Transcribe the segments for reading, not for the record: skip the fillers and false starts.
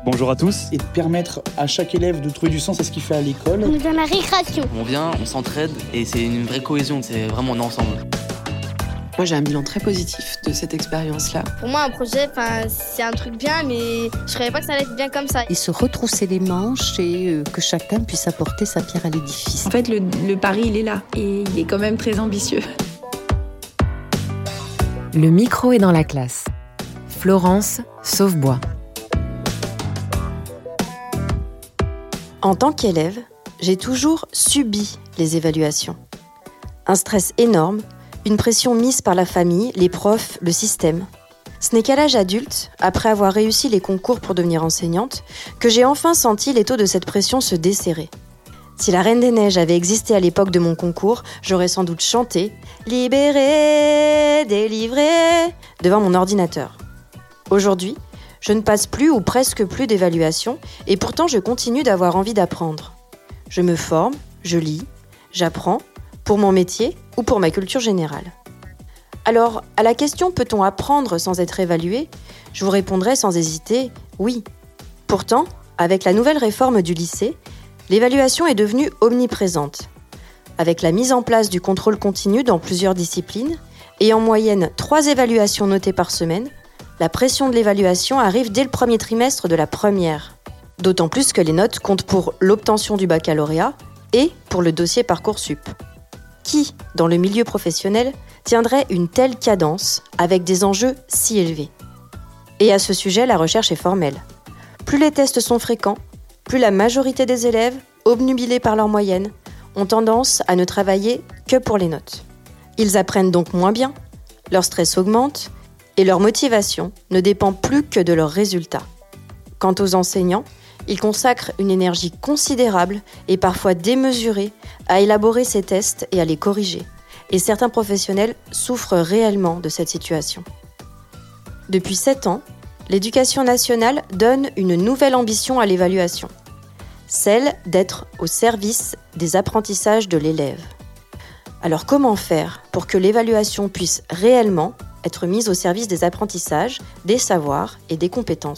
Bonjour à tous. Et de permettre à chaque élève de trouver du sens à ce qu'il fait à l'école. On est dans la récréation. On vient, on s'entraide et c'est une vraie cohésion, c'est vraiment on est ensemble. Moi, j'ai un bilan très positif de cette expérience-là. Pour moi, un projet, c'est un truc bien, mais je ne savais pas que ça allait être bien comme ça. Et se retrousser les manches et que chacun puisse apporter sa pierre à l'édifice. En fait, le pari, il est là et il est quand même très ambitieux. Le micro est dans la classe. Florence Sauvebois. En tant qu'élève, j'ai toujours subi les évaluations. Un stress énorme, une pression mise par la famille, les profs, le système. Ce n'est qu'à l'âge adulte, après avoir réussi les concours pour devenir enseignante, que j'ai enfin senti l'étau de cette pression se desserrer. Si la Reine des Neiges avait existé à l'époque de mon concours, j'aurais sans doute chanté « Libéré, délivré » devant mon ordinateur. Aujourd'hui, je ne passe plus ou presque plus d'évaluation et pourtant je continue d'avoir envie d'apprendre. Je me forme, je lis, j'apprends, pour mon métier ou pour ma culture générale. Alors, à la question « Peut-on apprendre sans être évalué ?», je vous répondrai sans hésiter « oui ». Pourtant, avec la nouvelle réforme du lycée, l'évaluation est devenue omniprésente. Avec la mise en place du contrôle continu dans plusieurs disciplines et en moyenne 3 évaluations notées par semaine, la pression de l'évaluation arrive dès le premier trimestre de la première. D'autant plus que les notes comptent pour l'obtention du baccalauréat et pour le dossier Parcoursup. Qui, dans le milieu professionnel, tiendrait une telle cadence avec des enjeux si élevés ? Et à ce sujet, la recherche est formelle. Plus les tests sont fréquents, plus la majorité des élèves, obnubilés par leur moyenne, ont tendance à ne travailler que pour les notes. Ils apprennent donc moins bien, leur stress augmente et leur motivation ne dépend plus que de leurs résultats. Quant aux enseignants, ils consacrent une énergie considérable et parfois démesurée à élaborer ces tests et à les corriger. Et certains professionnels souffrent réellement de cette situation. Depuis 7 ans, l'Éducation nationale donne une nouvelle ambition à l'évaluation, celle d'être au service des apprentissages de l'élève. Alors comment faire pour que l'évaluation puisse réellement être mise au service des apprentissages, des savoirs et des compétences ?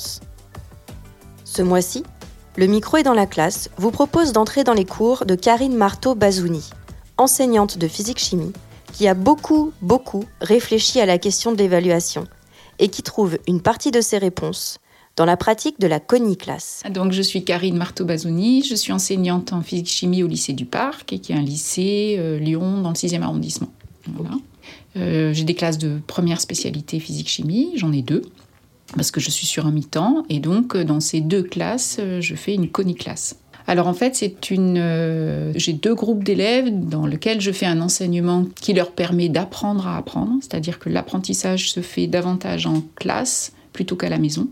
Ce mois-ci, le micro est dans la classe vous propose d'entrer dans les cours de Karine Marteau-Bazouni, enseignante de physique-chimie, qui a beaucoup réfléchi à la question de l'évaluation et qui trouve une partie de ses réponses dans la pratique de la coniclasse. Donc je suis Karine Marteau-Bazouni, je suis enseignante en physique-chimie au lycée du Parc, qui est un lycée Lyon dans le 6e arrondissement. Voilà. J'ai des classes de première spécialité physique-chimie, j'en ai 2. Parce que je suis sur un mi-temps, et donc dans ces 2 classes, je fais une coniclasse. Alors en fait, j'ai 2 groupes d'élèves dans lesquels je fais un enseignement qui leur permet d'apprendre à apprendre, c'est-à-dire que l'apprentissage se fait davantage en classe plutôt qu'à la maison,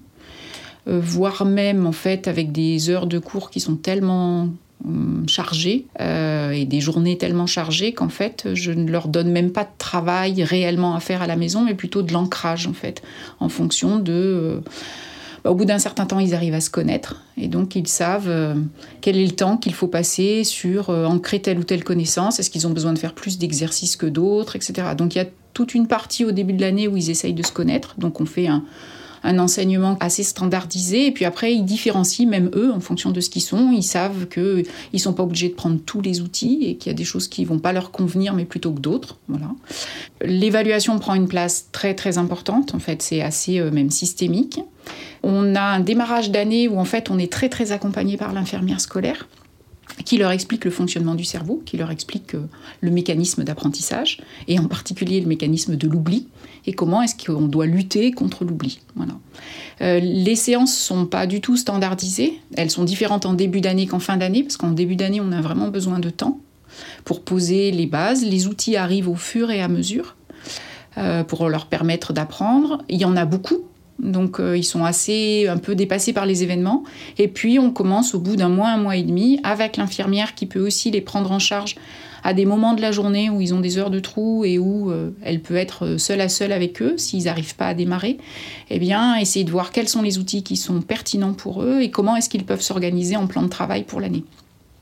voire même en fait avec des heures de cours qui sont tellement chargées et des journées tellement chargées qu'en fait je ne leur donne même pas de travail réellement à faire à la maison, mais plutôt de l'ancrage en fait, en fonction de au bout d'un certain temps ils arrivent à se connaître et donc ils savent quel est le temps qu'il faut passer sur ancrer telle ou telle connaissance, est-ce qu'ils ont besoin de faire plus d'exercices que d'autres, etc. Donc il y a toute une partie au début de l'année où ils essayent de se connaître, donc on fait un enseignement assez standardisé, et puis après, ils différencient, même eux, en fonction de ce qu'ils sont. Ils savent qu'ils ne sont pas obligés de prendre tous les outils et qu'il y a des choses qui ne vont pas leur convenir, mais plutôt que d'autres. Voilà. L'évaluation prend une place très, très importante. En fait, c'est assez même systémique. On a un démarrage d'année où, en fait, on est très, très accompagné par l'infirmière scolaire, qui leur explique le fonctionnement du cerveau, qui leur explique le mécanisme d'apprentissage, et en particulier le mécanisme de l'oubli, et comment est-ce qu'on doit lutter contre l'oubli. Voilà. Les séances ne sont pas du tout standardisées, elles sont différentes en début d'année qu'en fin d'année, parce qu'en début d'année, on a vraiment besoin de temps pour poser les bases. Les outils arrivent au fur et à mesure pour leur permettre d'apprendre. Il y en a beaucoup. Donc ils sont assez un peu dépassés par les événements. Et puis on commence au bout d'un mois et demi avec l'infirmière qui peut aussi les prendre en charge à des moments de la journée où ils ont des heures de trou et où elle peut être seule à seule avec eux s'ils n'arrivent pas à démarrer. Eh bien, essayer de voir quels sont les outils qui sont pertinents pour eux et comment est-ce qu'ils peuvent s'organiser en plan de travail pour l'année.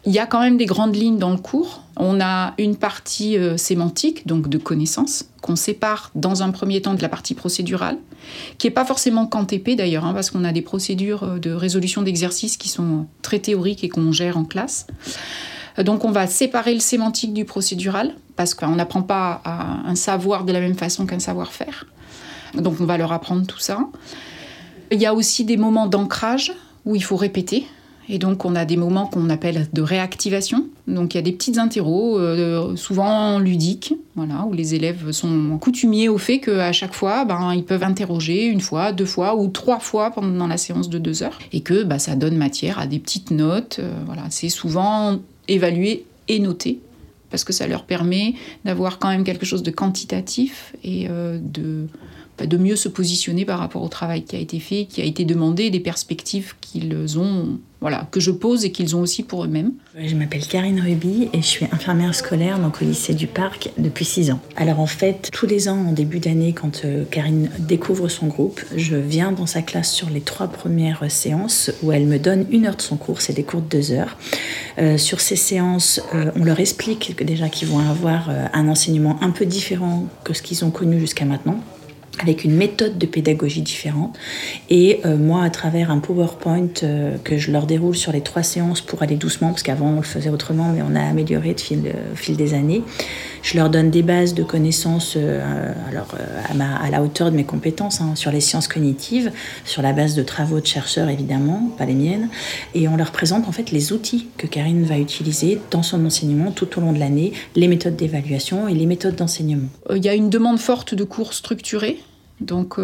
Il y a quand même des grandes lignes dans le cours. On a une partie sémantique, donc de connaissances, qu'on sépare dans un premier temps de la partie procédurale, qui n'est pas forcément qu'en TP d'ailleurs, parce qu'on a des procédures de résolution d'exercices qui sont très théoriques et qu'on gère en classe. Donc on va séparer le sémantique du procédural, parce qu'on n'apprend pas un savoir de la même façon qu'un savoir-faire. Donc on va leur apprendre tout ça. Il y a aussi des moments d'ancrage où il faut répéter. Et donc, on a des moments qu'on appelle de réactivation. Donc, il y a des petites interros, souvent ludiques, où les élèves sont coutumiers au fait qu'à chaque fois, ils peuvent interroger 1 fois, 2 fois ou 3 fois pendant la séance de 2 heures. Et que ça donne matière à des petites notes. C'est souvent évalué et noté, parce que ça leur permet d'avoir quand même quelque chose de quantitatif et de mieux se positionner par rapport au travail qui a été fait, qui a été demandé, des perspectives qu'ils ont, que je pose et qu'ils ont aussi pour eux-mêmes. Je m'appelle Karine Ruby et je suis infirmière scolaire au lycée du Parc depuis 6 ans. Alors en fait, tous les ans, en début d'année, quand Karine découvre son groupe, je viens dans sa classe sur les 3 premières séances où elle me donne 1 heure de son cours, c'est des cours de 2 heures. Sur ces séances, on leur explique déjà qu'ils vont avoir un enseignement un peu différent que ce qu'ils ont connu jusqu'à maintenant, avec une méthode de pédagogie différente. Et moi, à travers un PowerPoint que je leur déroule sur les 3 séances pour aller doucement, parce qu'avant on le faisait autrement, mais on a amélioré au fil des années, je leur donne des bases de connaissances à la hauteur de mes compétences, sur les sciences cognitives, sur la base de travaux de chercheurs évidemment, pas les miennes, et on leur présente en fait les outils que Karine va utiliser dans son enseignement tout au long de l'année, les méthodes d'évaluation et les méthodes d'enseignement. Il y a une demande forte de cours structurés, donc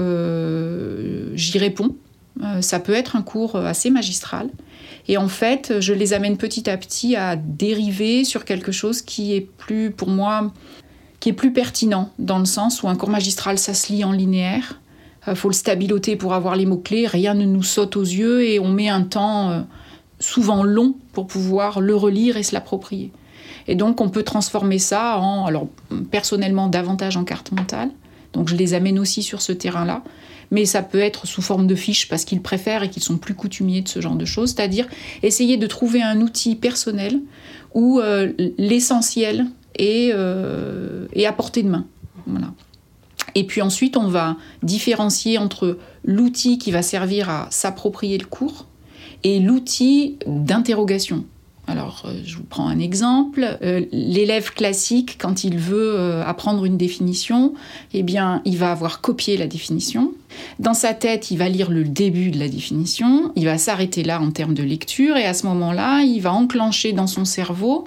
j'y réponds. Ça peut être un cours assez magistral. Et en fait, je les amène petit à petit à dériver sur quelque chose qui est plus, pour moi, qui est plus pertinent, dans le sens où un cours magistral, ça se lit en linéaire. Faut le stabiloter pour avoir les mots-clés. Rien ne nous saute aux yeux et on met un temps souvent long pour pouvoir le relire et se l'approprier. Et donc, on peut transformer ça alors personnellement, davantage en carte mentale. Donc je les amène aussi sur ce terrain-là. Mais ça peut être sous forme de fiches parce qu'ils préfèrent et qu'ils sont plus coutumiers de ce genre de choses. C'est-à-dire essayer de trouver un outil personnel où l'essentiel est à portée de main. Voilà. Et puis ensuite, on va différencier entre l'outil qui va servir à s'approprier le cours et l'outil d'interrogation. Alors, je vous prends un exemple. L'élève classique, quand il veut apprendre une définition, il va avoir copié la définition. Dans sa tête, il va lire le début de la définition. Il va s'arrêter là en termes de lecture. Et à ce moment-là, il va enclencher dans son cerveau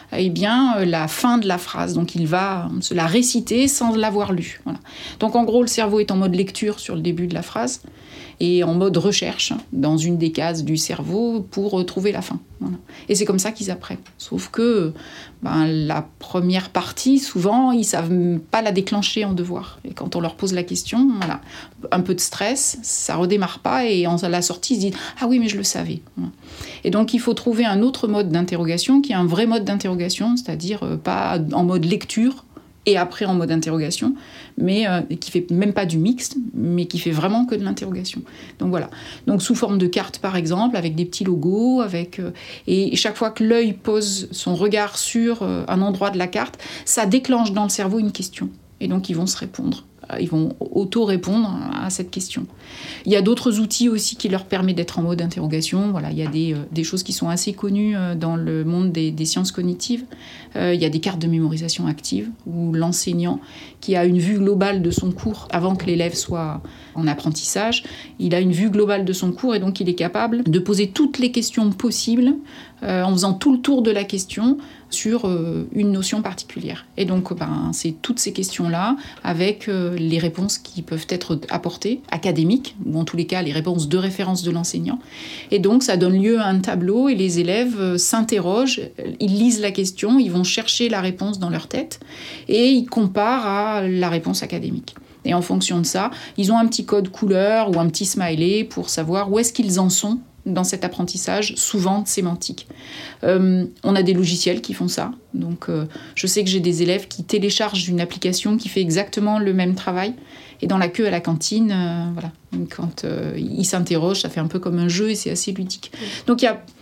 la fin de la phrase. Donc, il va se la réciter sans l'avoir lue. Voilà. Donc, en gros, le cerveau est en mode lecture sur le début de la phrase et en mode recherche dans une des cases du cerveau pour trouver la fin. Voilà. Et c'est comme ça qu'ils apprennent. Sauf que la première partie, souvent, ils ne savent pas la déclencher en devoir. Et quand on leur pose la question, un peu de stress, ça ne redémarre pas et en la sortie, ils se disent « Ah oui, mais je le savais. » Et donc, il faut trouver un autre mode d'interrogation qui est un vrai mode d'interrogation, c'est-à-dire pas en mode lecture, et après en mode interrogation, mais qui fait même pas du mixte, mais qui fait vraiment que de l'interrogation. Donc voilà. Donc sous forme de carte par exemple, avec des petits logos, et chaque fois que l'œil pose son regard sur un endroit de la carte, ça déclenche dans le cerveau une question. Et donc ils vont se répondre. Ils vont auto-répondre à cette question. Il y a d'autres outils aussi qui leur permettent d'être en mode interrogation. Voilà, il y a des choses qui sont assez connues dans le monde des sciences cognitives. Il y a des cartes de mémorisation active où l'enseignant, qui a une vue globale de son cours avant que l'élève soit en apprentissage, il a une vue globale de son cours et donc il est capable de poser toutes les questions possibles en faisant tout le tour de la question sur une notion particulière. Et donc, c'est toutes ces questions-là avec les réponses qui peuvent être apportées, académiques, ou en tous les cas, les réponses de référence de l'enseignant. Et donc, ça donne lieu à un tableau et les élèves s'interrogent, ils lisent la question, ils vont chercher la réponse dans leur tête et ils comparent à la réponse académique. Et en fonction de ça, ils ont un petit code couleur ou un petit smiley pour savoir où est-ce qu'ils en sont dans cet apprentissage, souvent sémantique. On a des logiciels qui font ça. Donc, je sais que j'ai des élèves qui téléchargent une application qui fait exactement le même travail. Et dans la queue à la cantine, quand ils s'interrogent, ça fait un peu comme un jeu et c'est assez ludique. Donc, il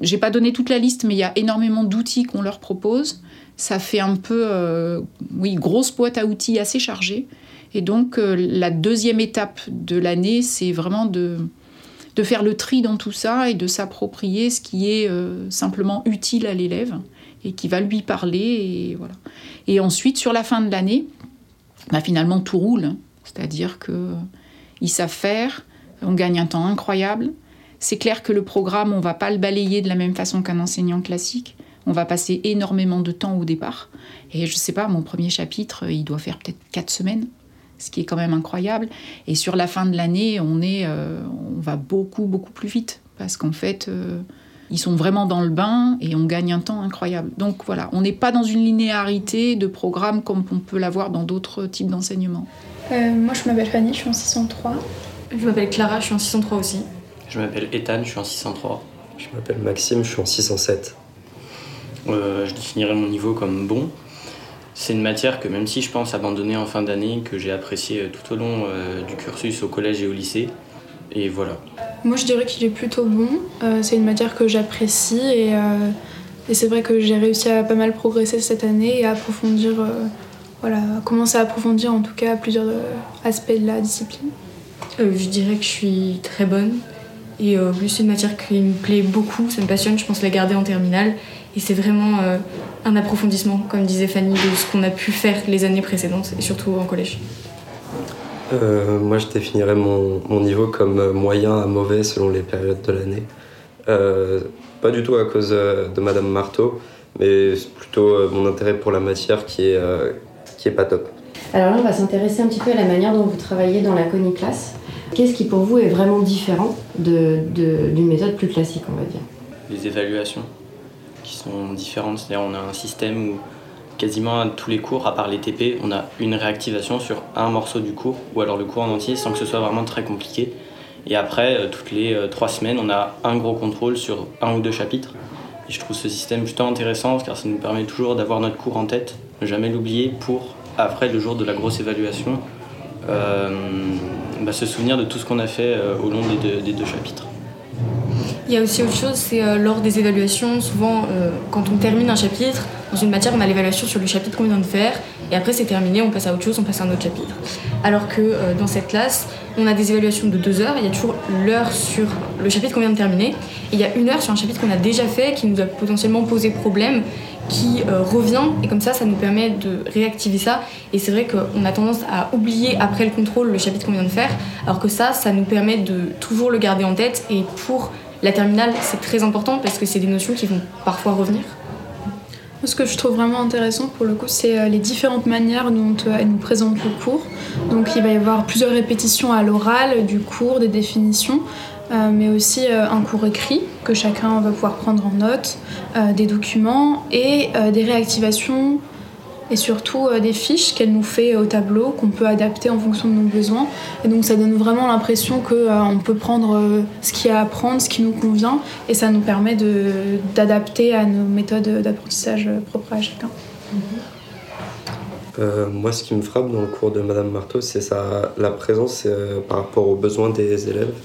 j'ai pas donné toute la liste, mais il y a énormément d'outils qu'on leur propose. Ça fait un peu, grosse boîte à outils assez chargée. Et donc, la deuxième étape de l'année, c'est vraiment de faire le tri dans tout ça et de s'approprier ce qui est simplement utile à l'élève et qui va lui parler. Et, voilà. Et ensuite, sur la fin de l'année, finalement, tout roule. C'est-à-dire qu'ils savent faire, on gagne un temps incroyable. C'est clair que le programme, on ne va pas le balayer de la même façon qu'un enseignant classique. On va passer énormément de temps au départ. Et je ne sais pas, mon premier chapitre, il doit faire peut-être 4 semaines, ce qui est quand même incroyable. Et sur la fin de l'année, on va beaucoup, beaucoup plus vite. Parce qu'en fait, ils sont vraiment dans le bain et on gagne un temps incroyable. Donc voilà, on n'est pas dans une linéarité de programme comme on peut l'avoir dans d'autres types d'enseignement. Moi, je m'appelle Fanny, je suis en 603. Je m'appelle Clara, je suis en 603 aussi. Je m'appelle Ethan, je suis en 603. Je m'appelle Maxime, je suis en 607. Je définirais mon niveau comme bon. C'est une matière que même si je pense abandonner en fin d'année, que j'ai apprécié tout au long du cursus au collège et au lycée. Et voilà. Moi je dirais qu'il est plutôt bon. C'est une matière que j'apprécie et c'est vrai que j'ai réussi à pas mal progresser cette année et à approfondir, commencer à approfondir en tout cas plusieurs aspects de la discipline. Je dirais que je suis très bonne. Et c'est une matière qui me plaît beaucoup, ça me passionne, je pense la garder en terminale. Et c'est vraiment un approfondissement, comme disait Fanny, de ce qu'on a pu faire les années précédentes, et surtout en collège. Moi, je définirais mon niveau comme moyen à mauvais selon les périodes de l'année. Pas du tout à cause de Madame Marteau, mais c'est plutôt mon intérêt pour la matière qui est pas top. Alors là, on va s'intéresser un petit peu à la manière dont vous travaillez dans la ConiClass. Qu'est-ce qui pour vous est vraiment différent d'une méthode plus classique, on va dire ? Les évaluations qui sont différentes, c'est-à-dire on a un système où quasiment à tous les cours, à part les TP, on a une réactivation sur un morceau du cours, ou alors le cours en entier, sans que ce soit vraiment très compliqué. Et après, toutes les 3 semaines, on a un gros contrôle sur 1 ou 2 chapitres. Et je trouve ce système plutôt intéressant, car ça nous permet toujours d'avoir notre cours en tête, ne jamais l'oublier pour, après le jour de la grosse évaluation, se souvenir de tout ce qu'on a fait au long des 2 chapitres. Il y a aussi autre chose, c'est lors des évaluations, souvent quand on termine un chapitre, dans une matière on a l'évaluation sur le chapitre qu'on vient de faire et après c'est terminé, on passe à autre chose, on passe à un autre chapitre. Alors que dans cette classe, on a des évaluations de 2 heures, il y a toujours l'heure sur le chapitre qu'on vient de terminer et il y a 1 heure sur un chapitre qu'on a déjà fait, qui nous a potentiellement posé problème, qui revient et comme ça nous permet de réactiver ça et c'est vrai qu'on a tendance à oublier après le contrôle le chapitre qu'on vient de faire alors que ça nous permet de toujours le garder en tête et pour la terminale c'est très important parce que c'est des notions qui vont parfois revenir. Ce que je trouve vraiment intéressant pour le coup, c'est les différentes manières dont elle nous présente le cours. Donc il va y avoir plusieurs répétitions à l'oral du cours, des définitions, mais aussi un cours écrit que chacun va pouvoir prendre en note, des documents et des réactivations et surtout des fiches qu'elle nous fait au tableau qu'on peut adapter en fonction de nos besoins. Et donc ça donne vraiment l'impression qu'on peut prendre ce qu'il y a à apprendre, ce qui nous convient et ça nous permet d'adapter à nos méthodes d'apprentissage propres à chacun. Moi, ce qui me frappe dans le cours de Madame Marteau, c'est la présence par rapport aux besoins des élèves.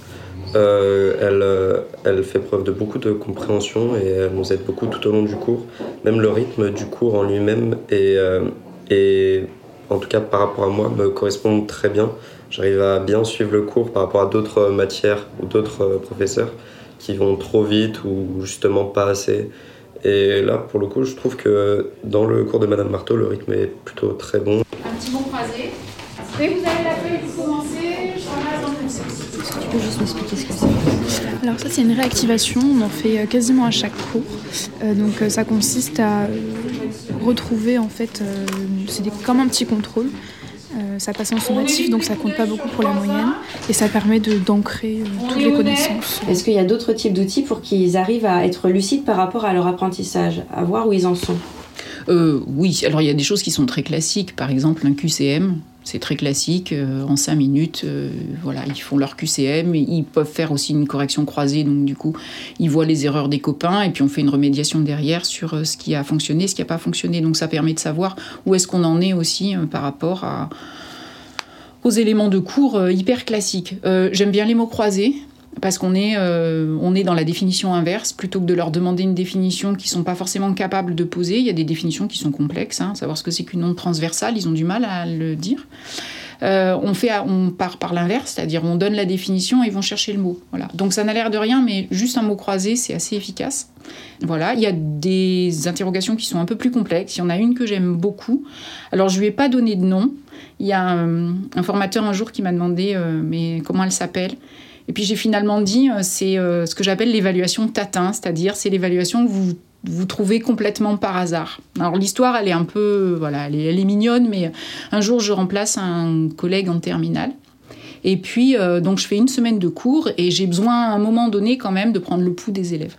Elle fait preuve de beaucoup de compréhension et elle nous aide beaucoup tout au long du cours. Même le rythme du cours en lui-même et en tout cas par rapport à moi, me correspond très bien. J'arrive à bien suivre le cours par rapport à d'autres matières ou d'autres professeurs qui vont trop vite ou justement pas assez. Et là, pour le coup, je trouve que dans le cours de Madame Marteau, le rythme est plutôt très bon. Un petit bon croisé. Et vous avez la feuille, vous commencez, je ramasse dans le sens. Est-ce que tu peux juste m'expliquer ce que c'est ? Alors ça, c'est une réactivation, on en fait quasiment à chaque cours. Donc ça consiste à retrouver, en fait, comme un petit contrôle. Ça passe en sommatif, donc ça compte pas beaucoup pour la moyenne. Et ça permet d'ancrer toutes les connaissances. Est-ce qu'il y a d'autres types d'outils pour qu'ils arrivent à être lucides par rapport à leur apprentissage, à voir où ils en sont ? Oui, alors il y a des choses qui sont très classiques. Par exemple, un QCM, c'est très classique. En 5 minutes, ils font leur QCM. Et ils peuvent faire aussi une correction croisée. Donc du coup, ils voient les erreurs des copains et puis on fait une remédiation derrière sur ce qui a fonctionné, ce qui n'a pas fonctionné. Donc ça permet de savoir où est-ce qu'on en est aussi par rapport aux éléments de cours hyper classiques. J'aime bien les mots croisés. parce qu'on est dans la définition inverse. Plutôt que de leur demander une définition qu'ils ne sont pas forcément capables de poser, il y a des définitions qui sont complexes. Savoir ce que c'est qu'une onde transversale, ils ont du mal à le dire. On part par l'inverse, c'est-à-dire on donne la définition et ils vont chercher le mot. Voilà. Donc ça n'a l'air de rien, mais juste un mot croisé, c'est assez efficace. Voilà. Il y a des interrogations qui sont un peu plus complexes. Il y en a une que j'aime beaucoup. Alors je lui ai pas donné de nom. Il y a un formateur un jour qui m'a demandé mais comment elle s'appelle. Et puis j'ai finalement dit c'est ce que j'appelle l'évaluation tatin, c'est-à-dire c'est l'évaluation que vous trouvez complètement par hasard. Alors l'histoire, elle est un peu, voilà, elle est mignonne, mais un jour je remplace un collègue en terminale. Et puis donc je fais une semaine de cours et j'ai besoin à un moment donné quand même de prendre le pouls des élèves.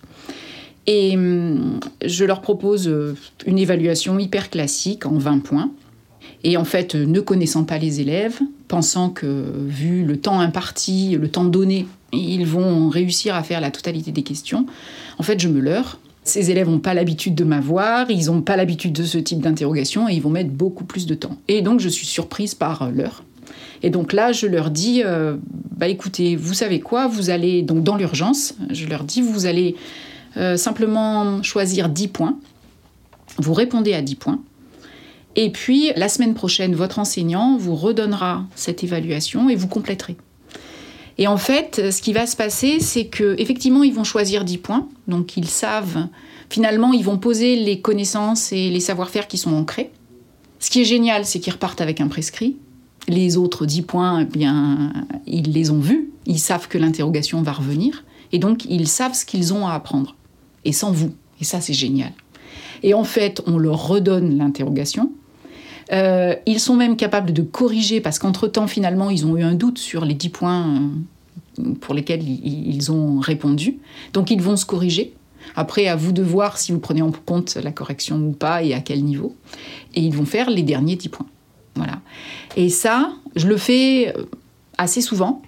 Et je leur propose une évaluation hyper classique en 20 points. Et en fait, ne connaissant pas les élèves, pensant que, vu le temps imparti, le temps donné, ils vont réussir à faire la totalité des questions, en fait, je me leurre. Ces élèves n'ont pas l'habitude de m'avoir, ils n'ont pas l'habitude de ce type d'interrogation et ils vont mettre beaucoup plus de temps. Et donc, je suis surprise par l'heure. Et donc là, je leur dis, écoutez, vous savez quoi, vous allez, donc dans l'urgence, je leur dis, vous allez simplement choisir 10 points, vous répondez à 10 points, et puis la semaine prochaine, votre enseignant vous redonnera cette évaluation et vous compléterez. Et en fait, ce qui va se passer, c'est qu'effectivement, ils vont choisir 10 points, donc ils savent, finalement, ils vont poser les connaissances et les savoir-faire qui sont ancrés. Ce qui est génial, c'est qu'ils repartent avec un prescrit. Les autres 10 points, ils les ont vus, ils savent que l'interrogation va revenir, et donc ils savent ce qu'ils ont à apprendre, et sans vous. Et ça, c'est génial. Et en fait, on leur redonne l'interrogation. Ils sont même capables de corriger, parce qu'entre-temps, finalement, ils ont eu un doute sur les 10 points pour lesquels ils ont répondu. Donc, ils vont se corriger. Après, à vous de voir si vous prenez en compte la correction ou pas et à quel niveau. Et ils vont faire les derniers 10 points. Voilà. Et ça, je le fais assez souvent,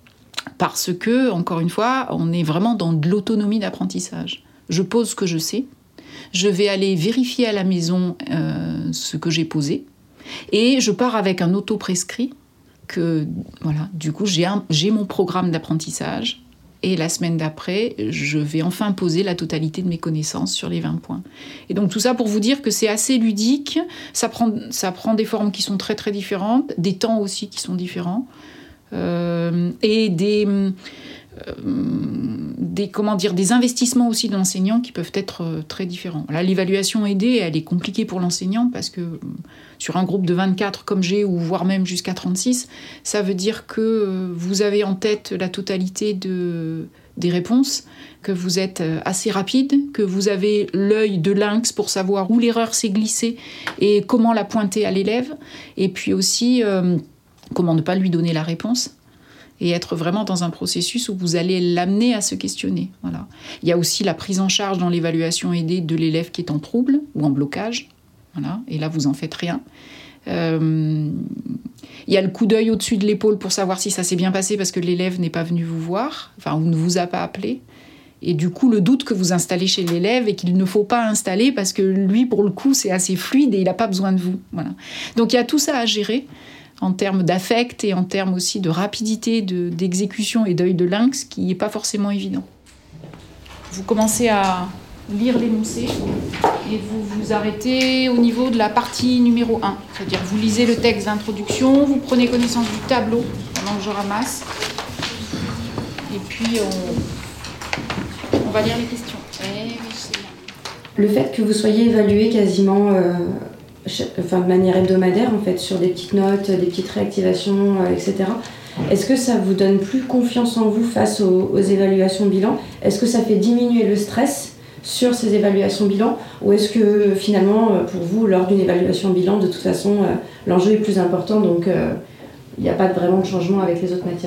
parce que, encore une fois, on est vraiment dans de l'autonomie d'apprentissage. Je pose ce que je sais. Je vais aller vérifier à la maison ce que j'ai posé et je pars avec un auto-prescrit que, voilà, du coup, j'ai mon programme d'apprentissage et la semaine d'après, je vais enfin poser la totalité de mes connaissances sur les 20 points. Et donc tout ça pour vous dire que c'est assez ludique, ça prend des formes qui sont très très différentes, des temps aussi qui sont différents et des investissements aussi de l'enseignant qui peuvent être très différents. Là, l'évaluation aidée, elle est compliquée pour l'enseignant parce que sur un groupe de 24 comme j'ai, ou voire même jusqu'à 36, ça veut dire que vous avez en tête la totalité des réponses, que vous êtes assez rapide, que vous avez l'œil de lynx pour savoir où l'erreur s'est glissée et comment la pointer à l'élève, et puis aussi comment ne pas lui donner la réponse. Et être vraiment dans un processus où vous allez l'amener à se questionner. Voilà. Il y a aussi la prise en charge dans l'évaluation aidée de l'élève qui est en trouble ou en blocage. Voilà. Et là, vous n'en faites rien. Il y a le coup d'œil au-dessus de l'épaule pour savoir si ça s'est bien passé parce que l'élève n'est pas venu vous voir, ou ne vous a pas appelé. Et du coup, le doute que vous installez chez l'élève et qu'il ne faut pas installer parce que lui, pour le coup, c'est assez fluide et il n'a pas besoin de vous. Voilà. Donc il y a tout ça à gérer, en termes d'affect et en termes aussi de rapidité d'exécution et d'œil de lynx, qui n'est pas forcément évident. Vous commencez à lire l'énoncé et vous vous arrêtez au niveau de la partie numéro 1. C'est-à-dire vous lisez le texte d'introduction, vous prenez connaissance du tableau pendant que je ramasse, et puis on va lire les questions. Le fait que vous soyez évalué quasiment de manière hebdomadaire, en fait, sur des petites notes, des petites réactivations, etc. Est-ce que ça vous donne plus confiance en vous face aux évaluations bilan ? Est-ce que ça fait diminuer le stress sur ces évaluations bilan ? Ou est-ce que finalement, pour vous, lors d'une évaluation bilan, de toute façon, l'enjeu est plus important, donc il n'y a pas vraiment de changement avec les autres matières ?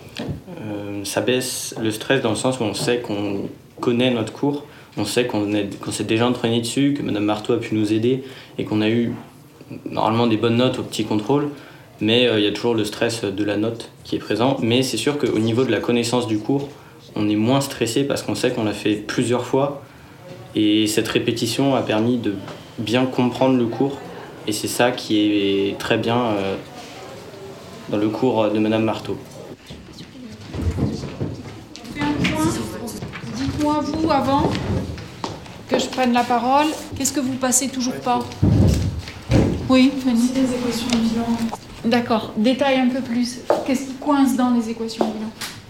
Ça baisse le stress dans le sens où on sait qu'on connaît notre cours. On sait qu'on s'est déjà entraîné dessus, que Madame Marteau a pu nous aider et qu'on a eu normalement des bonnes notes au petit contrôle, mais il y a toujours le stress de la note qui est présent. Mais c'est sûr qu'au niveau de la connaissance du cours, on est moins stressé parce qu'on sait qu'on l'a fait plusieurs fois et cette répétition a permis de bien comprendre le cours et c'est ça qui est très bien dans le cours de Madame Marteau. dites-moi, vous, avant que je prenne la parole, qu'est-ce que vous passez toujours pas? Oui, Fanny. C'est les équations bilan. D'accord, détaille un peu plus. Qu'est-ce qui coince dans les équations bilan?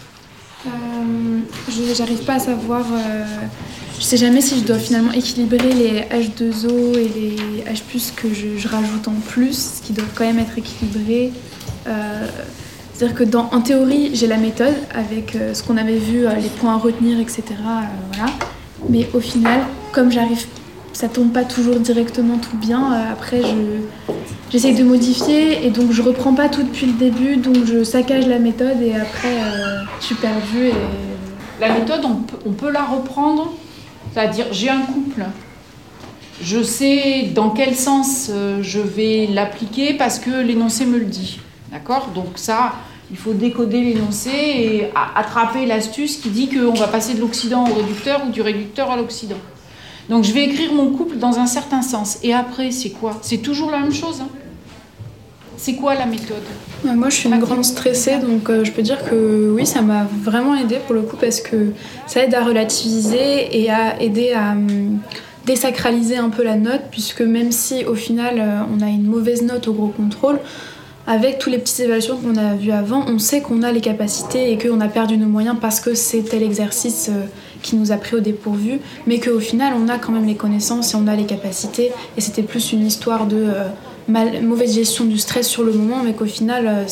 J'arrive pas à savoir. Je sais jamais si je dois finalement équilibrer les H2O et les H+, que je rajoute en plus, qui doivent quand même être équilibrés. C'est-à-dire que en théorie, j'ai la méthode avec ce qu'on avait vu, les points à retenir, etc. Voilà. Mais au final, comme ça tombe pas toujours directement tout bien, après j'essaye de modifier et donc je reprends pas tout depuis le début, donc je saccage la méthode et après je suis perdue. La méthode, on peut la reprendre, c'est-à-dire j'ai un couple, je sais dans quel sens je vais l'appliquer parce que l'énoncé me le dit, d'accord? Donc ça, il faut décoder l'énoncé et attraper l'astuce qui dit qu'on va passer de l'oxydant au réducteur ou du réducteur à l'oxydant. Donc je vais écrire mon couple dans un certain sens. Et après, c'est quoi? C'est toujours la même chose, hein. C'est quoi la méthode? Moi, je suis une grande stressée, donc je peux dire que oui, ça m'a vraiment aidée pour le coup, parce que ça aide à relativiser et à aider à désacraliser un peu la note, puisque même si au final on a une mauvaise note au gros contrôle, avec toutes les petites évaluations qu'on a vues avant, on sait qu'on a les capacités et qu'on a perdu nos moyens parce que c'est tel exercice qui nous a pris au dépourvu, mais qu'au final on a quand même les connaissances et on a les capacités, et c'était plus une histoire de mauvaise gestion du stress sur le moment, mais qu'au final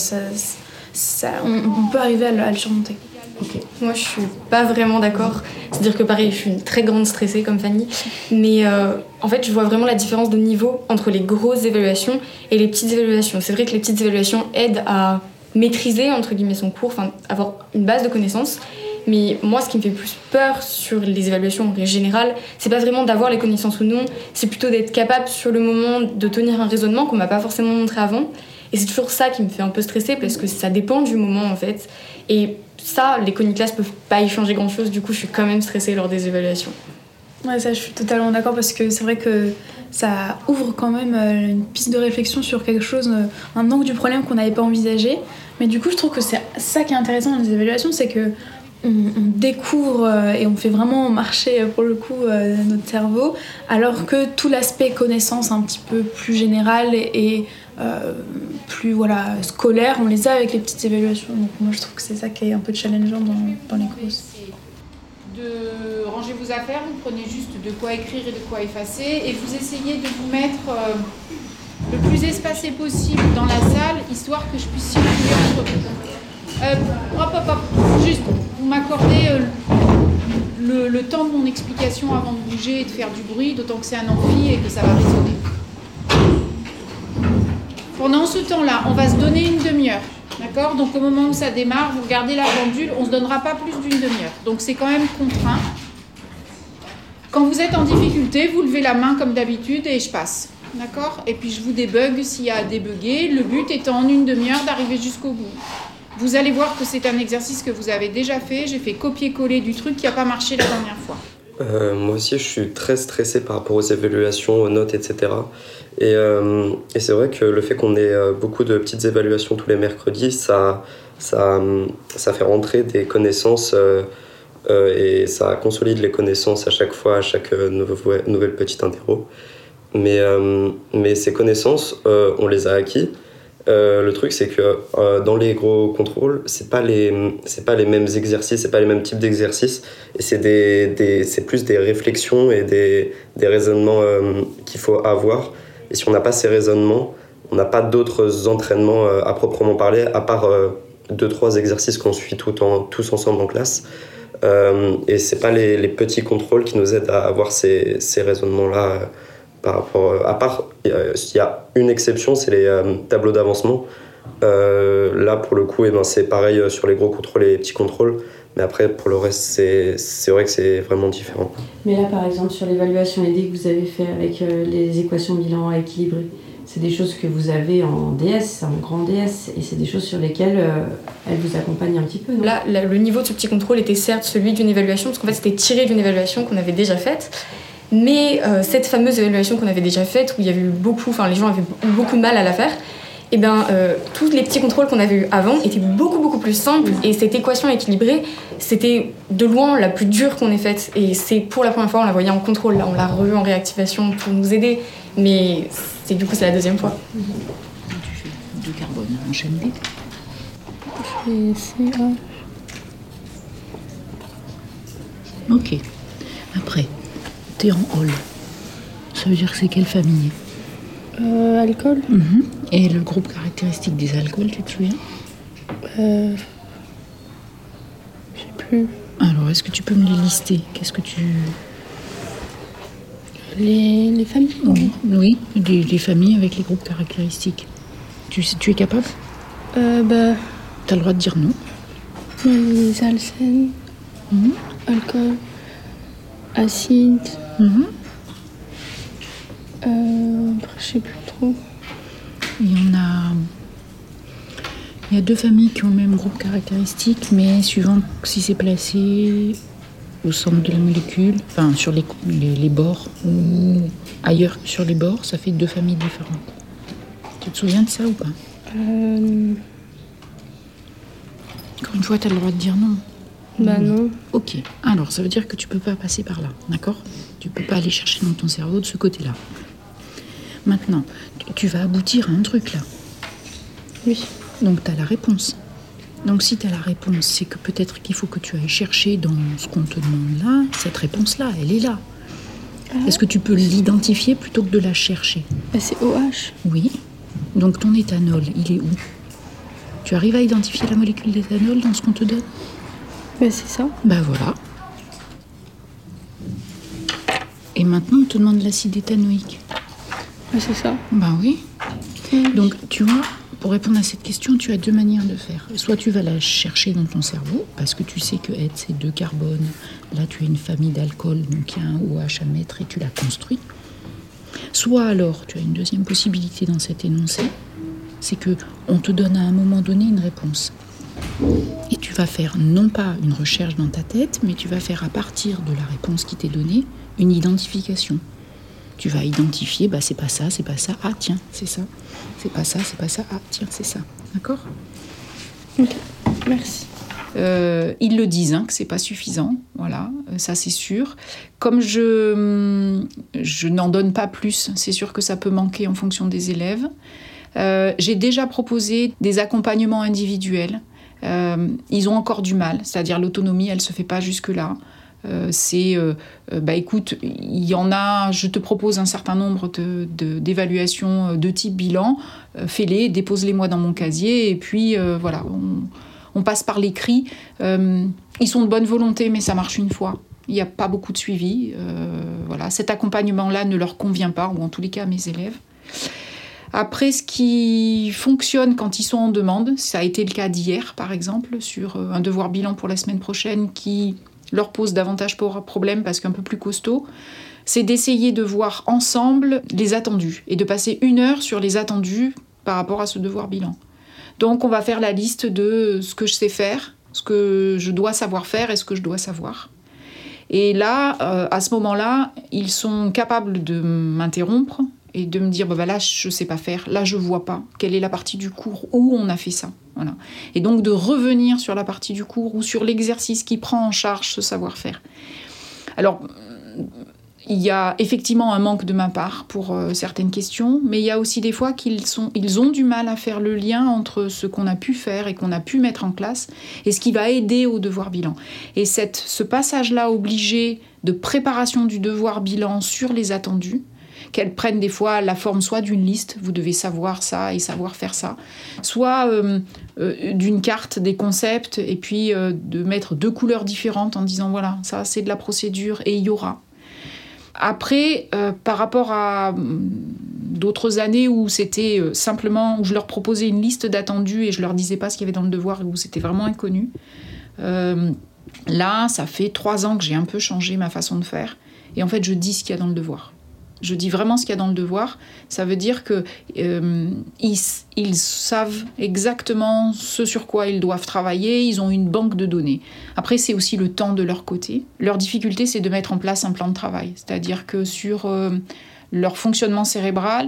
on peut arriver à le surmonter. Okay. Moi je suis pas vraiment d'accord, c'est-à-dire que pareil je suis une très grande stressée comme Fanny, mais en fait je vois vraiment la différence de niveau entre les grosses évaluations et les petites évaluations. C'est vrai que les petites évaluations aident à maîtriser entre guillemets son cours, enfin avoir une base de connaissances, mais moi ce qui me fait plus peur sur les évaluations en général, c'est pas vraiment d'avoir les connaissances ou non, c'est plutôt d'être capable sur le moment de tenir un raisonnement qu'on m'a pas forcément montré avant, et c'est toujours ça qui me fait un peu stresser parce que ça dépend du moment en fait, et ça, les coniclasses peuvent pas y changer grand-chose, du coup je suis quand même stressée lors des évaluations. Ouais, ça je suis totalement d'accord, parce que c'est vrai que ça ouvre quand même une piste de réflexion sur quelque chose, un angle du problème qu'on n'avait pas envisagé. Mais du coup je trouve que c'est ça qui est intéressant dans les évaluations, c'est que on découvre et on fait vraiment marcher pour le coup notre cerveau, alors que tout l'aspect connaissance un petit peu plus général et plus scolaire, on les a avec les petites évaluations. Donc moi je trouve que c'est ça qui est un peu challengeant dans les courses. De ranger vos affaires, vous prenez juste de quoi écrire et de quoi effacer, et vous essayez de vous mettre le plus espacé possible dans la salle, histoire que je puisse circuler entre vous. Juste, vous m'accordez le temps de mon explication avant de bouger et de faire du bruit, d'autant que c'est un amphi et que ça va résonner. Pendant ce temps-là, on va se donner une demi-heure. D'accord ? Donc au moment où ça démarre, vous regardez la pendule, on ne se donnera pas plus d'une demi-heure. Donc c'est quand même contraint. Quand vous êtes en difficulté, vous levez la main comme d'habitude et je passe. D'accord ? Et puis je vous débug s'il y a à débugger. Le but étant en une demi-heure d'arriver jusqu'au bout. Vous allez voir que c'est un exercice que vous avez déjà fait. J'ai fait copier-coller du truc qui n'a pas marché la dernière fois. Moi aussi, je suis très stressé par rapport aux évaluations, aux notes, etc. Et c'est vrai que le fait qu'on ait beaucoup de petites évaluations tous les mercredis, ça fait rentrer des connaissances et ça consolide les connaissances à chaque fois, à chaque nouvelle petite interro. Mais ces connaissances, on les a acquis. Le truc, c'est que dans les gros contrôles, c'est pas les mêmes exercices, c'est pas les mêmes types d'exercices, et c'est plus des réflexions et des raisonnements qu'il faut avoir. Et si on n'a pas ces raisonnements, on n'a pas d'autres entraînements à proprement parler, à part 2-3 exercices qu'on suit tous ensemble en classe. Et c'est pas les petits contrôles qui nous aident à avoir ces raisonnements-là. Par rapport, à part, il y a une exception, c'est les tableaux d'avancement. Là, pour le coup, c'est pareil sur les gros contrôles et les petits contrôles. Mais après, pour le reste, c'est vrai que c'est vraiment différent. Mais là, par exemple, sur l'évaluation aidée que vous avez fait avec les équations bilan à équilibrer, c'est des choses que vous avez en DS, en grand DS, et c'est des choses sur lesquelles elles vous accompagnent un petit peu, non ? Là, le niveau de ce petit contrôle était certes celui d'une évaluation, parce qu'en fait, c'était tiré d'une évaluation qu'on avait déjà faite. Mais cette fameuse évaluation qu'on avait déjà faite, où il y avait eu les gens avaient eu beaucoup de mal à la faire, et tous les petits contrôles qu'on avait eu avant étaient beaucoup plus simples, et cette équation équilibrée, c'était de loin la plus dure qu'on ait faite, et c'est pour la première fois on la voyait en contrôle, là on l'a revue en réactivation pour nous aider, mais c'est la deuxième fois. Tu fais 2 carbones en chaîne B. Je fais CA. Ok. Après, t'es en hall. Ça veut dire que c'est quelle famille? Alcool. Et le groupe caractéristique des alcools, tu te souviens? Je sais plus. Alors, est-ce que tu peux me les lister? Qu'est-ce que tu... Les familles? Oui, les familles avec les groupes caractéristiques. Tu es capable? T'as le droit de dire non. Les alcènes, alcool, acide. Après, je sais plus trop. Il y a 2 familles qui ont le même groupe caractéristique, mais suivant si c'est placé au centre de la molécule, enfin sur les bords ou ailleurs sur les bords, ça fait 2 familles différentes. Tu te souviens de ça ou pas? Encore une fois, tu as le droit de dire non. Non. Ok. Alors, ça veut dire que tu peux pas passer par là, d'accord? Tu peux pas aller chercher dans ton cerveau de ce côté-là. Maintenant, tu vas aboutir à un truc là. Oui. Donc, tu as la réponse. Donc, si tu as la réponse, c'est que peut-être qu'il faut que tu ailles chercher dans ce qu'on te demande là, cette réponse-là, elle est là. Est-ce que tu peux l'identifier plutôt que de la chercher? C'est OH. Oui. Donc, ton éthanol, il est où? Tu arrives à identifier la molécule d'éthanol dans ce qu'on te donne? C'est ça. Voilà. Et maintenant, on te demande l'acide éthanoïque. C'est ça. Oui. Donc, tu vois, pour répondre à cette question, tu as 2 manières de faire. Soit tu vas la chercher dans ton cerveau, parce que tu sais que Ed, c'est 2 carbones. Là, tu as une famille d'alcool, donc il y a un OH à mettre et tu la construis. Soit alors, tu as une deuxième possibilité dans cet énoncé, c'est que on te donne à un moment donné une réponse. Et tu vas faire non pas une recherche dans ta tête, mais tu vas faire à partir de la réponse qui t'est donnée, une identification. Tu vas identifier, c'est pas ça, ah tiens, c'est ça. C'est pas ça, ah tiens, c'est ça. D'accord? Ok, merci. Ils le disent, que c'est pas suffisant, voilà, ça c'est sûr. Comme je n'en donne pas plus, c'est sûr que ça peut manquer en fonction des élèves. J'ai déjà proposé des accompagnements individuels. Ils ont encore du mal, c'est-à-dire l'autonomie, elle se fait pas jusque-là. Écoute, il y en a, je te propose un certain nombre d'évaluations de type bilan, fais-les, dépose-les-moi dans mon casier, et puis voilà, on passe par l'écrit. Ils sont de bonne volonté, mais ça marche une fois. Il n'y a pas beaucoup de suivi. Voilà, cet accompagnement-là ne leur convient pas, ou en tous les cas à mes élèves. Après, ce qui fonctionne quand ils sont en demande, ça a été le cas d'hier, par exemple, sur un devoir bilan pour la semaine prochaine qui leur pose davantage problème parce qu'un peu plus costaud, c'est d'essayer de voir ensemble les attendus et de passer 1 heure sur les attendus par rapport à ce devoir bilan. Donc, on va faire la liste de ce que je sais faire, ce que je dois savoir faire et ce que je dois savoir. Et là, à ce moment-là, ils sont capables de m'interrompre et de me dire là je sais pas faire, là je vois pas quelle est la partie du cours où on a fait ça, voilà. Et donc de revenir sur la partie du cours ou sur l'exercice qui prend en charge ce savoir-faire. Alors il y a effectivement un manque de ma part pour certaines questions, mais il y a aussi des fois ils ont du mal à faire le lien entre ce qu'on a pu faire et qu'on a pu mettre en classe et ce qui va aider au devoir bilan. Et ce passage-là obligé de préparation du devoir bilan sur les attendus, qu'elles prennent des fois la forme soit d'une liste, vous devez savoir ça et savoir faire ça, soit d'une carte des concepts et puis de mettre 2 couleurs différentes en disant voilà, ça c'est de la procédure et il y aura. Après, par rapport à d'autres années où c'était simplement, où je leur proposais une liste d'attendus et je leur disais pas ce qu'il y avait dans le devoir, où c'était vraiment inconnu, là, ça fait 3 ans que j'ai un peu changé ma façon de faire et en fait, je dis ce qu'il y a dans le devoir. Je dis vraiment ce qu'il y a dans le devoir. Ça veut dire qu'ils savent exactement ce sur quoi ils doivent travailler. Ils ont une banque de données. Après, c'est aussi le temps de leur côté. Leur difficulté, c'est de mettre en place un plan de travail. C'est-à-dire que sur leur fonctionnement cérébral,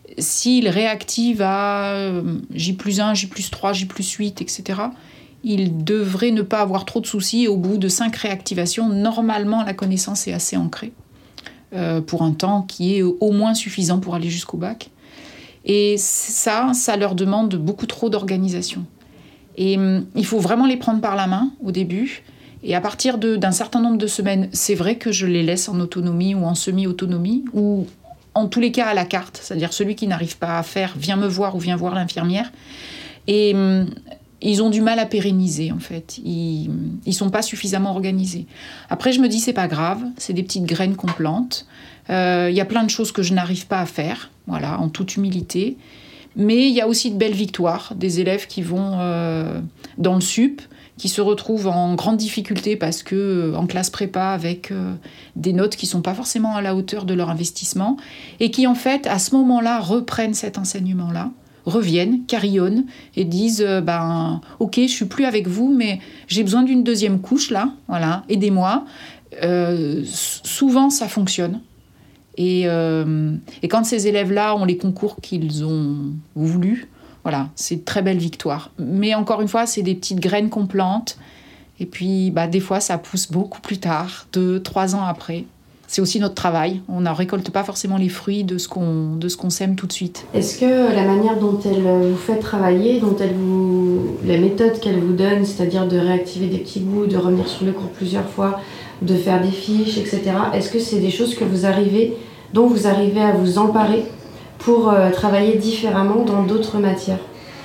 s'il réactive à J+1, J+3, J+8, etc., il devrait ne pas avoir trop de soucis. Au bout de 5 réactivations, normalement, la connaissance est assez ancrée pour un temps qui est au moins suffisant pour aller jusqu'au bac. Et ça leur demande beaucoup trop d'organisation. Et il faut vraiment les prendre par la main au début. Et à partir d'un certain nombre de semaines, c'est vrai que je les laisse en autonomie ou en semi-autonomie, ou en tous les cas à la carte. C'est-à-dire celui qui n'arrive pas à faire, vient me voir ou vient voir l'infirmière. Et ils ont du mal à pérenniser, en fait. Ils sont pas suffisamment organisés. Après, je me dis, c'est pas grave, c'est des petites graines qu'on plante. Y a plein de choses que je n'arrive pas à faire, voilà, en toute humilité. Mais il y a aussi de belles victoires, des élèves qui vont dans le sup, qui se retrouvent en grande difficulté parce que en classe prépa avec des notes qui sont pas forcément à la hauteur de leur investissement, et qui, en fait, à ce moment-là, reprennent cet enseignement-là, reviennent, carillonnent et disent ok, je suis plus avec vous, mais j'ai besoin d'une deuxième couche là, voilà, aidez-moi. Souvent ça fonctionne. Et quand ces élèves-là ont les concours qu'ils ont voulu, voilà, c'est de très belles victoires. Mais encore une fois, c'est des petites graines qu'on plante, et puis des fois ça pousse beaucoup plus tard, 2-3 ans après. C'est aussi notre travail. On ne récolte pas forcément les fruits de ce qu'on sème tout de suite. Est-ce que la manière dont elle vous fait travailler, la méthode qu'elle vous donne, c'est-à-dire de réactiver des petits bouts, de revenir sur le cours plusieurs fois, de faire des fiches, etc., est-ce que c'est des choses dont vous arrivez à vous emparer pour travailler différemment dans d'autres matières ?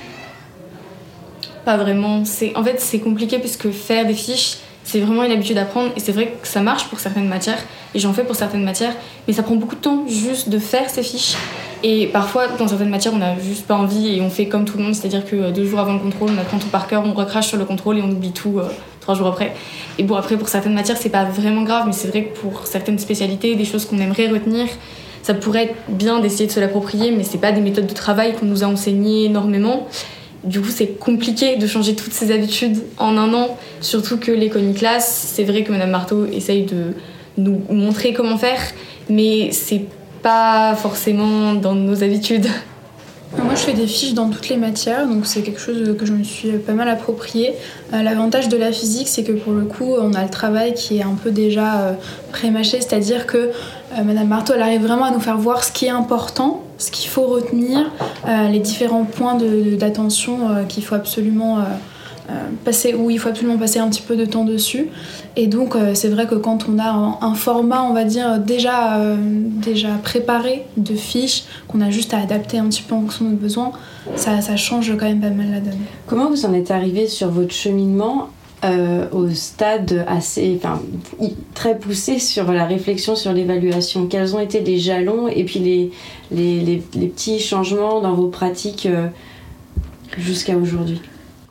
Pas vraiment. En fait, c'est compliqué puisque faire des fiches, c'est vraiment une habitude à prendre, et c'est vrai que ça marche pour certaines matières, et j'en fais pour certaines matières, mais ça prend beaucoup de temps juste de faire ces fiches. Et parfois, dans certaines matières, on n'a juste pas envie et on fait comme tout le monde, c'est-à-dire que 2 jours avant le contrôle, on apprend tout par cœur, on recrache sur le contrôle et on oublie tout 3 jours après. Et bon, après, pour certaines matières, c'est pas vraiment grave, mais c'est vrai que pour certaines spécialités, des choses qu'on aimerait retenir, ça pourrait être bien d'essayer de se l'approprier, mais c'est pas des méthodes de travail qu'on nous a enseignées énormément. Du coup, c'est compliqué de changer toutes ces habitudes en un an, surtout que l'école classe, c'est vrai que Madame Marteau essaye de nous montrer comment faire, mais c'est pas forcément dans nos habitudes. Moi, je fais des fiches dans toutes les matières, donc c'est quelque chose que je me suis pas mal approprié. L'avantage de la physique, c'est que pour le coup, on a le travail qui est un peu déjà pré-mâché, c'est-à-dire que Madame Marteau, elle arrive vraiment à nous faire voir ce qui est important, ce qu'il faut retenir, les différents points d'attention qu'il faut absolument passer, où il faut absolument passer un petit peu de temps dessus. Et donc c'est vrai que quand on a un format, on va dire, déjà préparé de fiches, qu'on a juste à adapter un petit peu en fonction de nos besoins, ça change quand même pas mal la donne. Comment vous en êtes arrivé sur votre cheminement au stade très poussé sur la réflexion sur l'évaluation? Quels ont été les jalons et puis les petits changements dans vos pratiques jusqu'à aujourd'hui?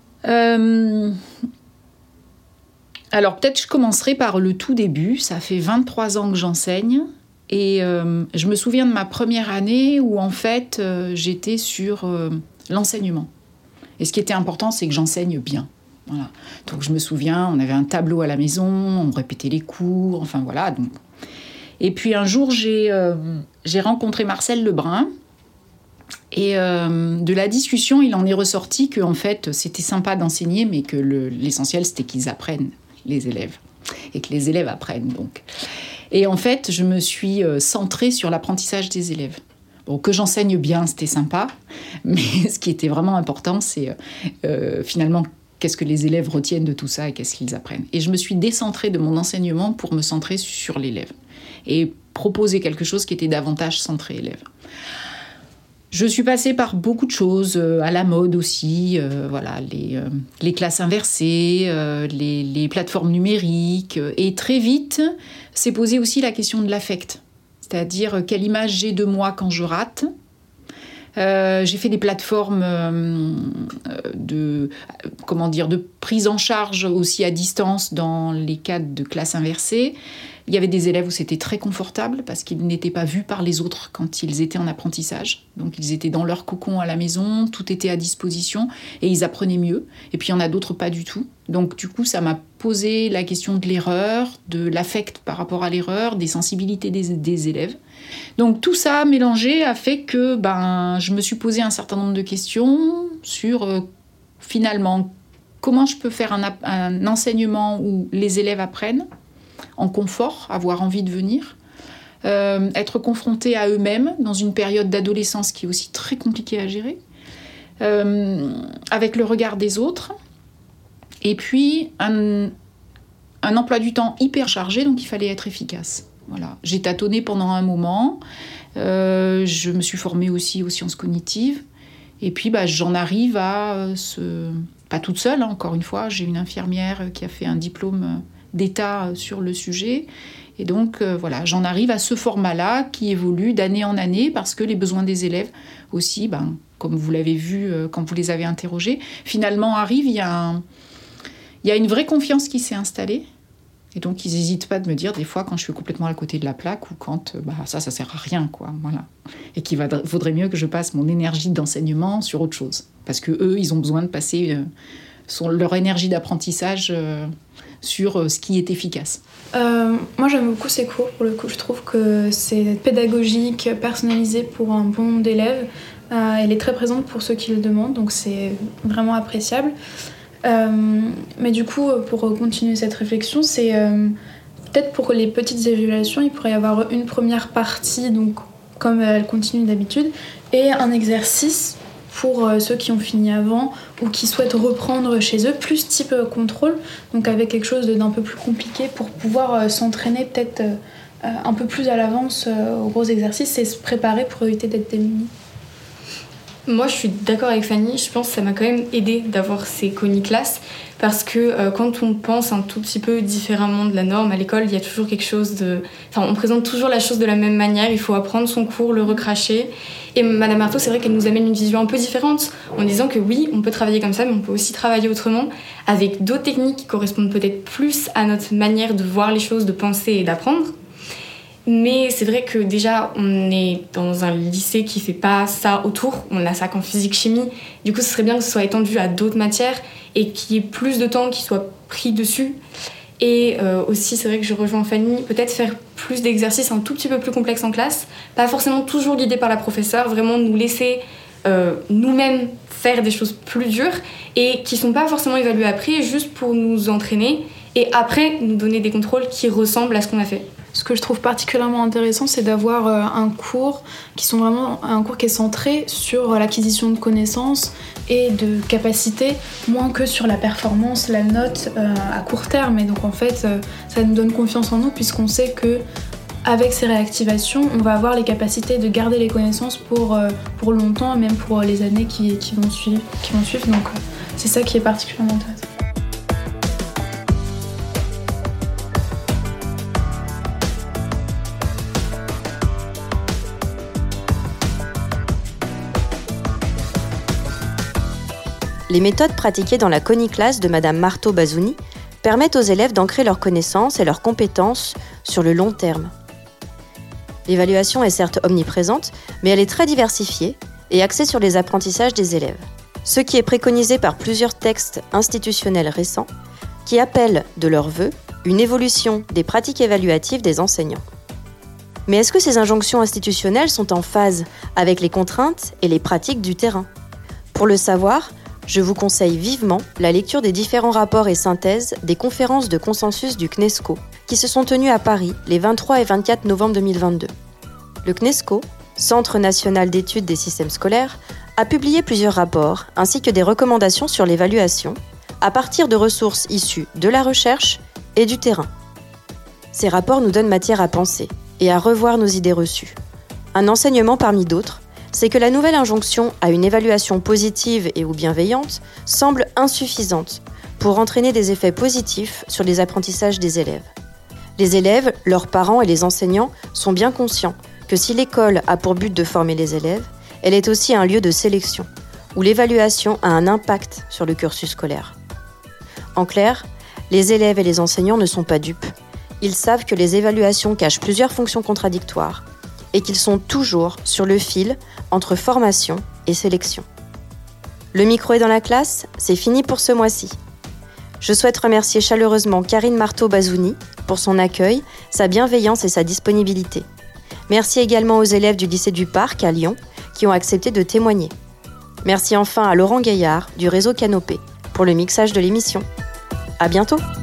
Alors peut-être je commencerai par le tout début. Ça fait 23 ans que j'enseigne, et je me souviens de ma première année où en fait j'étais sur l'enseignement. Et ce qui était important, c'est que j'enseigne bien. Voilà. Donc je me souviens, on avait un tableau à la maison, on répétait les cours, enfin voilà. Donc. Et puis un jour, j'ai rencontré Marcel Lebrun, et de la discussion, il en est ressorti que en fait, c'était sympa d'enseigner, mais que l'essentiel, c'était qu'ils apprennent, les élèves, et que les élèves apprennent donc. Et en fait, je me suis centrée sur l'apprentissage des élèves. Bon, que j'enseigne bien, c'était sympa, mais ce qui était vraiment important, c'est finalement qu'est-ce que les élèves retiennent de tout ça et qu'est-ce qu'ils apprennent. Et je me suis décentrée de mon enseignement pour me centrer sur l'élève et proposer quelque chose qui était davantage centré élève. Je suis passée par beaucoup de choses, à la mode aussi, voilà, les classes inversées, les plateformes numériques. Et très vite, s'est posée aussi la question de l'affect. C'est-à-dire, quelle image j'ai de moi quand je rate. J'ai fait des plateformes de prise en charge aussi à distance dans les cadres de classes inversées. Il y avait des élèves où c'était très confortable parce qu'ils n'étaient pas vus par les autres quand ils étaient en apprentissage. Donc ils étaient dans leur cocon à la maison, tout était à disposition et ils apprenaient mieux. Et puis il y en a d'autres pas du tout. Donc du coup, ça m'a posé la question de l'erreur, de l'affect par rapport à l'erreur, des sensibilités des élèves. Donc tout ça mélangé a fait que je me suis posé un certain nombre de questions sur finalement comment je peux faire un enseignement où les élèves apprennent en confort, avoir envie de venir, être confrontés à eux-mêmes dans une période d'adolescence qui est aussi très compliquée à gérer, avec le regard des autres, et puis un emploi du temps hyper chargé, donc il fallait être efficace. Voilà. J'ai tâtonné pendant un moment, je me suis formée aussi aux sciences cognitives, et puis j'en arrive à pas toute seule, encore une fois, j'ai une infirmière qui a fait un diplôme d'État sur le sujet, et donc j'en arrive à ce format-là qui évolue d'année en année, parce que les besoins des élèves aussi, comme vous l'avez vu quand vous les avez interrogés, finalement arrivent, il y a une vraie confiance qui s'est installée. Et donc, ils n'hésitent pas de me dire, des fois, quand je suis complètement à côté de la plaque ou quand ça sert à rien, quoi. Voilà. Et qu'il vaudrait mieux que je passe mon énergie d'enseignement sur autre chose. Parce qu'eux, ils ont besoin de passer leur énergie d'apprentissage sur ce qui est efficace. Moi, j'aime beaucoup ces cours. Pour le coup, je trouve que c'est pédagogique, personnalisé pour un bon nombre d'élèves. Elle est très présente pour ceux qui le demandent, donc c'est vraiment appréciable. Mais du coup, pour continuer cette réflexion, c'est peut-être pour les petites évaluations, il pourrait y avoir une première partie, donc comme elle continue d'habitude, et un exercice pour ceux qui ont fini avant ou qui souhaitent reprendre chez eux, plus type contrôle, donc avec quelque chose d'un peu plus compliqué pour pouvoir s'entraîner peut-être un peu plus à l'avance aux gros exercices et se préparer pour éviter d'être démunis. Moi, je suis d'accord avec Fanny. Je pense que ça m'a quand même aidé d'avoir ces cogni-classes parce que quand on pense un tout petit peu différemment de la norme à l'école, il y a toujours quelque chose de... Enfin, on présente toujours la chose de la même manière. Il faut apprendre son cours, le recracher. Et Madame Marteau, c'est vrai qu'elle nous amène une vision un peu différente en disant que oui, on peut travailler comme ça, mais on peut aussi travailler autrement avec d'autres techniques qui correspondent peut-être plus à notre manière de voir les choses, de penser et d'apprendre. Mais c'est vrai que déjà, on est dans un lycée qui fait pas ça autour. On a ça qu'en physique-chimie. Du coup, ce serait bien que ce soit étendu à d'autres matières et qu'il y ait plus de temps qui soit pris dessus. Et aussi, c'est vrai que je rejoins Fanny, peut-être faire plus d'exercices un tout petit peu plus complexes en classe. Pas forcément toujours guidés par la professeure, vraiment nous laisser nous-mêmes faire des choses plus dures et qui sont pas forcément évaluées après, juste pour nous entraîner et après nous donner des contrôles qui ressemblent à ce qu'on a fait. Ce que je trouve particulièrement intéressant, c'est d'avoir un cours qui est centré sur l'acquisition de connaissances et de capacités, moins que sur la performance, la note à court terme. Et donc en fait, ça nous donne confiance en nous puisqu'on sait que avec ces réactivations, on va avoir les capacités de garder les connaissances pour longtemps, et même pour les années qui vont suivre. Donc c'est ça qui est particulièrement intéressant. Les méthodes pratiquées dans la cogni-classe de Madame Marteau-Bazouni permettent aux élèves d'ancrer leurs connaissances et leurs compétences sur le long terme. L'évaluation est certes omniprésente, mais elle est très diversifiée et axée sur les apprentissages des élèves. Ce qui est préconisé par plusieurs textes institutionnels récents qui appellent de leur vœu une évolution des pratiques évaluatives des enseignants. Mais est-ce que ces injonctions institutionnelles sont en phase avec les contraintes et les pratiques du terrain ? Pour le savoir, je vous conseille vivement la lecture des différents rapports et synthèses des conférences de consensus du CNESCO, qui se sont tenues à Paris les 23 et 24 novembre 2022. Le CNESCO, Centre national d'études des systèmes scolaires, a publié plusieurs rapports ainsi que des recommandations sur l'évaluation, à partir de ressources issues de la recherche et du terrain. Ces rapports nous donnent matière à penser et à revoir nos idées reçues. Un enseignement parmi d'autres, c'est que la nouvelle injonction à une évaluation positive et ou bienveillante semble insuffisante pour entraîner des effets positifs sur les apprentissages des élèves. Les élèves, leurs parents et les enseignants sont bien conscients que si l'école a pour but de former les élèves, elle est aussi un lieu de sélection, où l'évaluation a un impact sur le cursus scolaire. En clair, les élèves et les enseignants ne sont pas dupes. Ils savent que les évaluations cachent plusieurs fonctions contradictoires, et qu'ils sont toujours sur le fil entre formation et sélection. Le micro est dans la classe, c'est fini pour ce mois-ci. Je souhaite remercier chaleureusement Karine Marteau-Bazouni pour son accueil, sa bienveillance et sa disponibilité. Merci également aux élèves du lycée du Parc à Lyon qui ont accepté de témoigner. Merci enfin à Laurent Gaillard du réseau Canopé pour le mixage de l'émission. À bientôt!